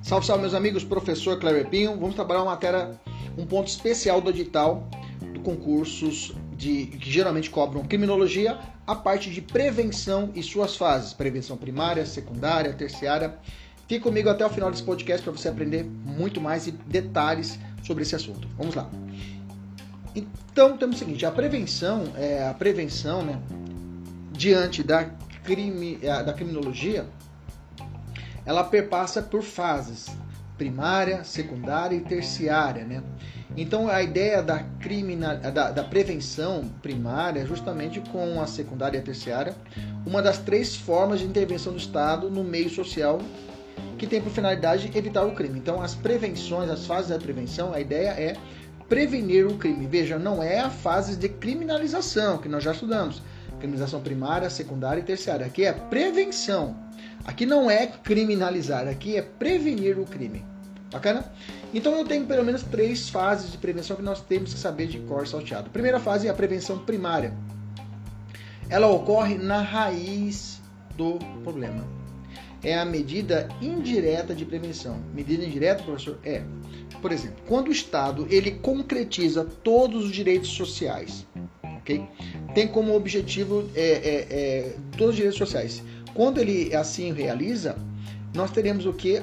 Salve, salve, meus amigos, professor Cleber Pinho. Vamos trabalhar uma matéria, um ponto especial do edital do concursos que geralmente cobram criminologia, a parte de prevenção e suas fases, prevenção primária, secundária, terciária. Fique comigo até o final desse podcast para você aprender muito mais e detalhes sobre esse assunto. Vamos lá. Então, temos o seguinte, a prevenção, né, diante da criminologia, ela perpassa por fases, primária, secundária e terciária, né? Então, a ideia da prevenção primária é justamente com a secundária e a terciária, uma das 3 formas de intervenção do Estado no meio social que tem por finalidade evitar o crime. Então, as prevenções, as fases da prevenção, a ideia é prevenir o crime. Veja, não é a fase de criminalização, que nós já estudamos. Criminalização primária, secundária e terciária. Aqui é prevenção. Aqui não é criminalizar, aqui é prevenir o crime. Bacana? Então eu tenho pelo menos 3 fases de prevenção que nós temos que saber de cor salteado. A primeira fase é a prevenção primária. Ela ocorre na raiz do problema. É a medida indireta de prevenção. Medida indireta, professor? Por exemplo, quando o Estado ele concretiza todos os direitos sociais, ok? Tem como objetivo todos os direitos sociais. Quando ele assim realiza, nós teremos o que?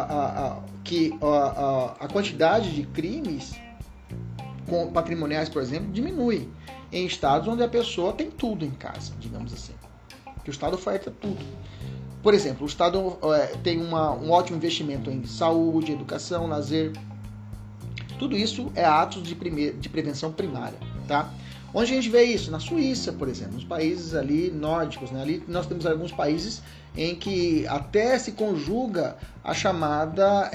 A quantidade de crimes patrimoniais, por exemplo, diminui em estados onde a pessoa tem tudo em casa, digamos assim. Que o Estado oferta tudo. Por exemplo, o Estado tem um ótimo investimento em saúde, educação, lazer. Tudo isso é atos de prevenção primária, tá? Onde a gente vê isso? Na Suíça, por exemplo, nos países ali nórdicos, né? Ali nós temos alguns países em que até se conjuga a chamada...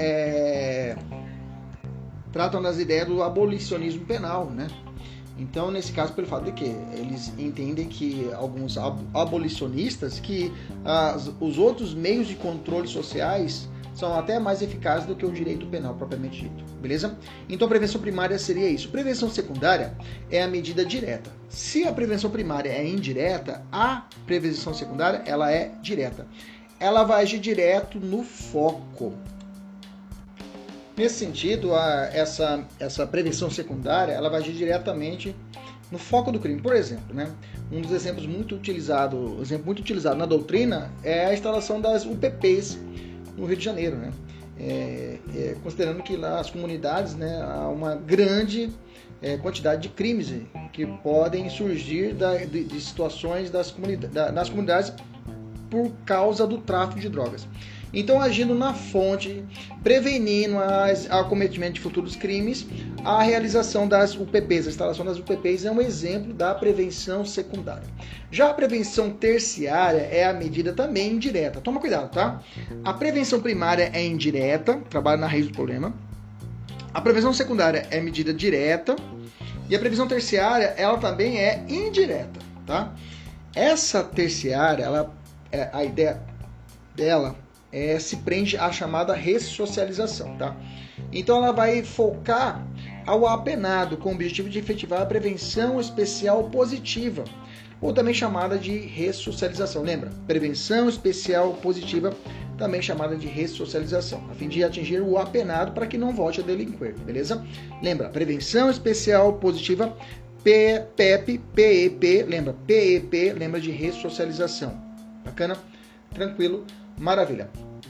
tratam das ideias do abolicionismo penal, né? Então, nesse caso, pelo fato de que eles entendem que alguns abolicionistas que os outros meios de controle sociais são até mais eficazes do que o direito penal propriamente dito, beleza? Então, a prevenção primária seria isso. Prevenção secundária é a medida direta. Se a prevenção primária é indireta, a prevenção secundária ela é direta. Ela vai agir direto no foco. Nesse sentido, essa prevenção secundária ela vai agir diretamente no foco do crime. Por exemplo, né, um dos exemplos muito utilizado na doutrina é a instalação das UPPs no Rio de Janeiro, né? Considerando que lá as comunidades, né, há uma grande quantidade de crimes que podem surgir de situações nas comunidades por causa do tráfico de drogas. Então, agindo na fonte, prevenindo o cometimento de futuros crimes, a realização das UPPs, a instalação das UPPs é um exemplo da prevenção secundária. Já a prevenção terciária é a medida também indireta. Toma cuidado, tá? A prevenção primária é indireta, trabalha na raiz do problema. A prevenção secundária é medida direta. E a prevenção terciária, ela também é indireta, tá? Essa terciária, a ideia dela se prende à chamada ressocialização, tá? Então ela vai focar ao apenado com o objetivo de efetivar a prevenção especial positiva, ou também chamada de ressocialização. Lembra? Prevenção especial positiva, também chamada de ressocialização, a fim de atingir o apenado para que não volte a delinquir, beleza? Lembra? Prevenção especial positiva, PEP, PEP, lembra? PEP, lembra de ressocialização. Bacana? Tranquilo? Maravilha.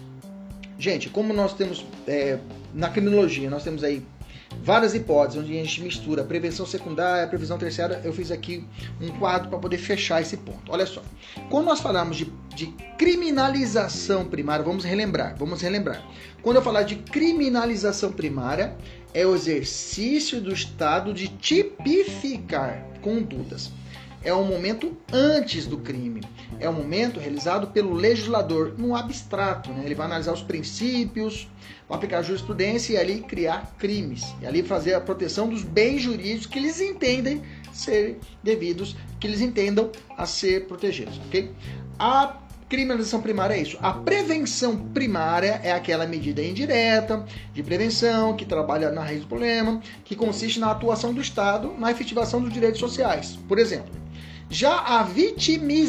Gente, como nós temos na criminologia, nós temos aí várias hipóteses onde a gente mistura prevenção secundária, prevenção terciária, eu fiz aqui um quadro para poder fechar esse ponto. Olha só, quando nós falamos de criminalização primária, vamos relembrar. Quando eu falar de criminalização primária, é o exercício do Estado de tipificar condutas. É um momento antes do crime. É um momento realizado pelo legislador no abstrato, né? Ele vai analisar os princípios, vai aplicar a jurisprudência e ali criar crimes. E ali fazer a proteção dos bens jurídicos que eles entendem ser devidos, que eles entendam a ser protegidos, ok? A criminalização primária é isso. A prevenção primária é aquela medida indireta de prevenção que trabalha na raiz do problema, que consiste na atuação do Estado na efetivação dos direitos sociais. Por exemplo, já a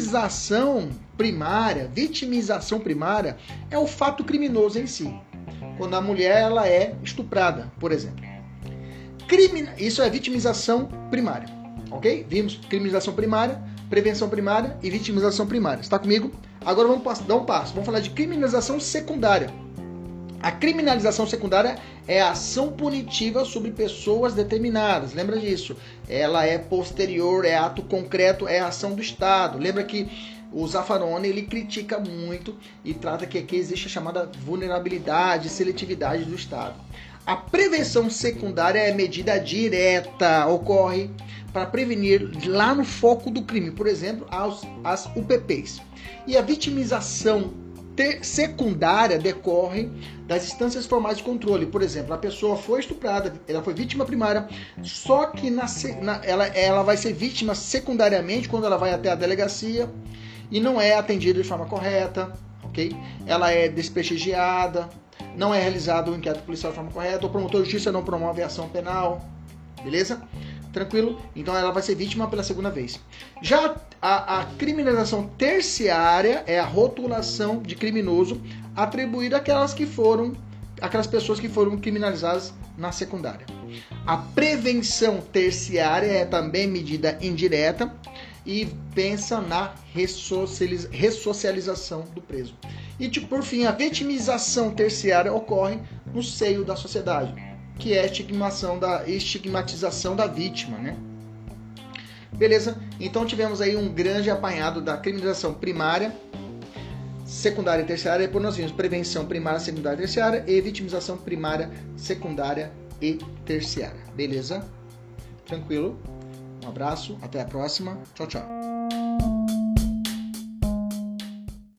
vitimização primária é o fato criminoso em si. quando a mulher ela é estuprada, por exemplo. Isso é vitimização primária, ok? Vimos criminalização primária, prevenção primária e vitimização primária. Está comigo? Agora vamos dar um passo. Vamos falar de criminalização secundária. A criminalização secundária é a ação punitiva sobre pessoas determinadas. Lembra disso? Ela é posterior, é ato concreto, é ação do Estado. Lembra que o Zaffaroni ele critica muito e trata que aqui existe a chamada vulnerabilidade, seletividade do Estado. A prevenção secundária é medida direta, ocorre para prevenir lá no foco do crime, por exemplo, as UPPs. E a vitimização secundária decorre das instâncias formais de controle. Por exemplo, a pessoa foi estuprada, ela foi vítima primária, só que ela vai ser vítima secundariamente quando ela vai até a delegacia e não é atendida de forma correta, ok? Ela é desprestigiada, não é realizado o inquérito policial de forma correta, o promotor de justiça não promove a ação penal, beleza? Tranquilo? Então ela vai ser vítima pela segunda vez. Já a criminalização terciária é a rotulação de criminoso atribuída àquelas pessoas que foram criminalizadas na secundária. A prevenção terciária é também medida indireta e pensa na ressocialização do preso. E por fim, a vitimização terciária ocorre no seio da sociedade, que é a estigmatização da vítima, né? Beleza? Então tivemos aí um grande apanhado da criminalização primária, secundária e terciária. Depois nós vimos prevenção primária, secundária e terciária e vitimização primária, secundária e terciária. Beleza? Tranquilo? Um abraço, até a próxima. Tchau, tchau.